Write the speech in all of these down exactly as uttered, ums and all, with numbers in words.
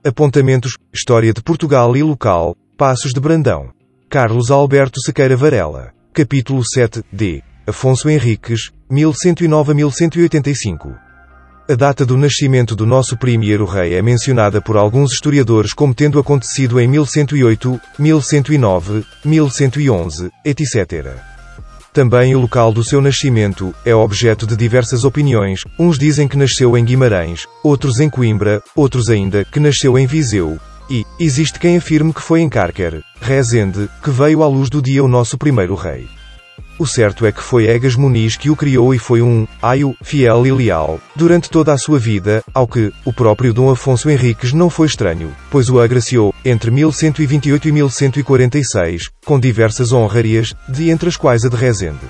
Apontamentos, História de Portugal e Local, Paços de Brandão. Carlos Alberto Sequeira Varela. Capítulo sete, D. Afonso Henriques, mil cento e nove a mil cento e oitenta e cinco. A data do nascimento do nosso primeiro rei é mencionada por alguns historiadores como tendo acontecido em mil cento e oito, mil cento e nove, mil cento e onze, etcétera. Também o local do seu nascimento é objeto de diversas opiniões. Uns dizem que nasceu em Guimarães, outros em Coimbra, outros ainda que nasceu em Viseu. E existe quem afirme que foi em Cárquer, Rezende, que veio à luz do dia o nosso primeiro rei. O certo é que foi Egas Muniz que o criou e foi um aio fiel e leal durante toda a sua vida, ao que o próprio Dom Afonso Henriques não foi estranho, pois o agraciou entre mil cento e vinte e oito e mil cento e quarenta e seis, com diversas honrarias, de entre as quais a de Rezende.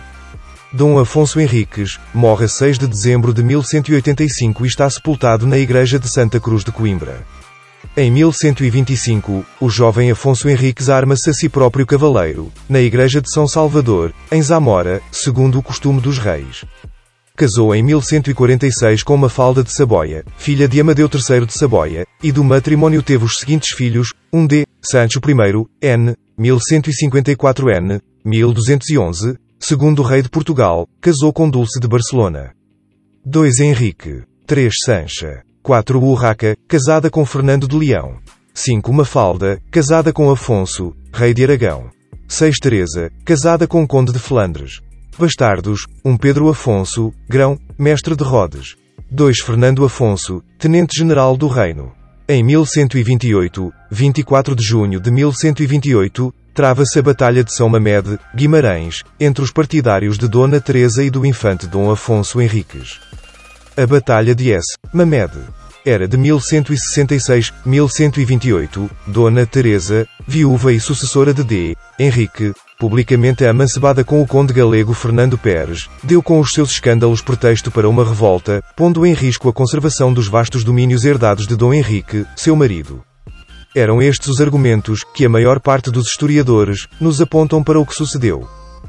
Dom Afonso Henriques morre a seis de dezembro de mil cento e oitenta e cinco e está sepultado na igreja de Santa Cruz de Coimbra. Em mil cento e vinte e cinco, o jovem Afonso Henriques arma-se a si próprio cavaleiro, na igreja de São Salvador, em Zamora, segundo o costume dos reis. Casou em mil cento e quarenta e seis com Mafalda de Saboia, filha de Amadeu terceiro de Saboia, e do matrimónio teve os seguintes filhos, um D. Sancho I, N. mil cento e cinquenta e quatro N. mil duzentos e onze, segundo rei de Portugal, casou com Dulce de Barcelona. dois Henrique. três Sancha. quatro Urraca, casada com Fernando de Leão. cinco Mafalda, casada com Afonso, rei de Aragão. seis Teresa, casada com Conde de Flandres. Bastardos, um Pedro Afonso, grão, mestre de Rhodes. dois Fernando Afonso, tenente-general do reino. Em mil cento e vinte e oito, vinte e quatro de junho de mil cento e vinte e oito, trava-se a Batalha de São Mamede, Guimarães, entre os partidários de Dona Teresa e do infante Dom Afonso Henriques. A Batalha de S. Mamede era de mil cento e sessenta e seis a mil cento e vinte e oito, Dona Teresa, viúva e sucessora de D. Henrique, publicamente amancebada com o conde galego Fernando Pérez, deu com os seus escândalos pretexto para uma revolta, pondo em risco a conservação dos vastos domínios herdados de Dom Henrique, seu marido. Eram estes os argumentos que a maior parte dos historiadores nos apontam para o que sucedeu.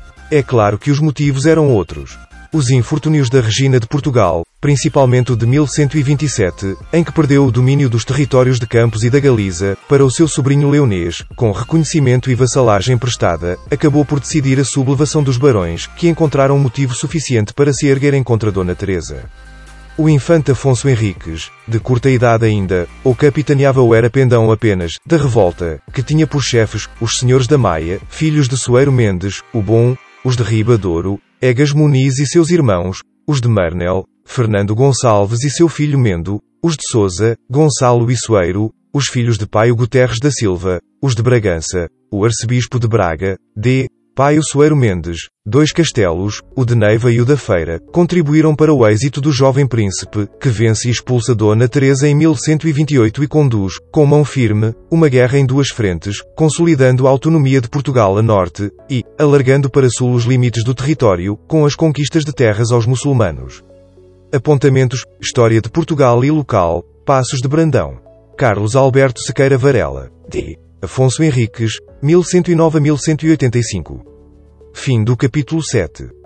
É claro que os motivos eram outros. Os infortúnios da Regina de Portugal, principalmente o de mil cento e vinte e sete, em que perdeu o domínio dos territórios de Campos e da Galiza, para o seu sobrinho Leonês, com reconhecimento e vassalagem prestada, acabou por decidir a sublevação dos barões, que encontraram motivo suficiente para se erguerem contra Dona Teresa. O infante Afonso Henriques, de curta idade ainda, ou capitaneava ou era pendão apenas, da revolta, que tinha por chefes, os senhores da Maia, filhos de Soeiro Mendes, o Bom, os de Ribadouro, Egas Muniz e seus irmãos, os de Marnel, Fernando Gonçalves e seu filho Mendo, os de Sousa, Gonçalo e Soeiro, os filhos de Paio Guterres da Silva, os de Bragança, o arcebispo de Braga, D. Paio Soeiro Mendes, dois castelos, o de Neiva e o da Feira, contribuíram para o êxito do jovem príncipe, que vence e expulsa Dona Teresa em mil cento e vinte e oito e conduz, com mão firme, uma guerra em duas frentes, consolidando a autonomia de Portugal a norte, e, alargando para sul os limites do território, com as conquistas de terras aos muçulmanos. Apontamentos, História de Portugal e Local, Paços de Brandão. Carlos Alberto Sequeira Varela. D. Afonso Henriques, mil cento e nove a mil cento e oitenta e cinco. Fim do capítulo sete.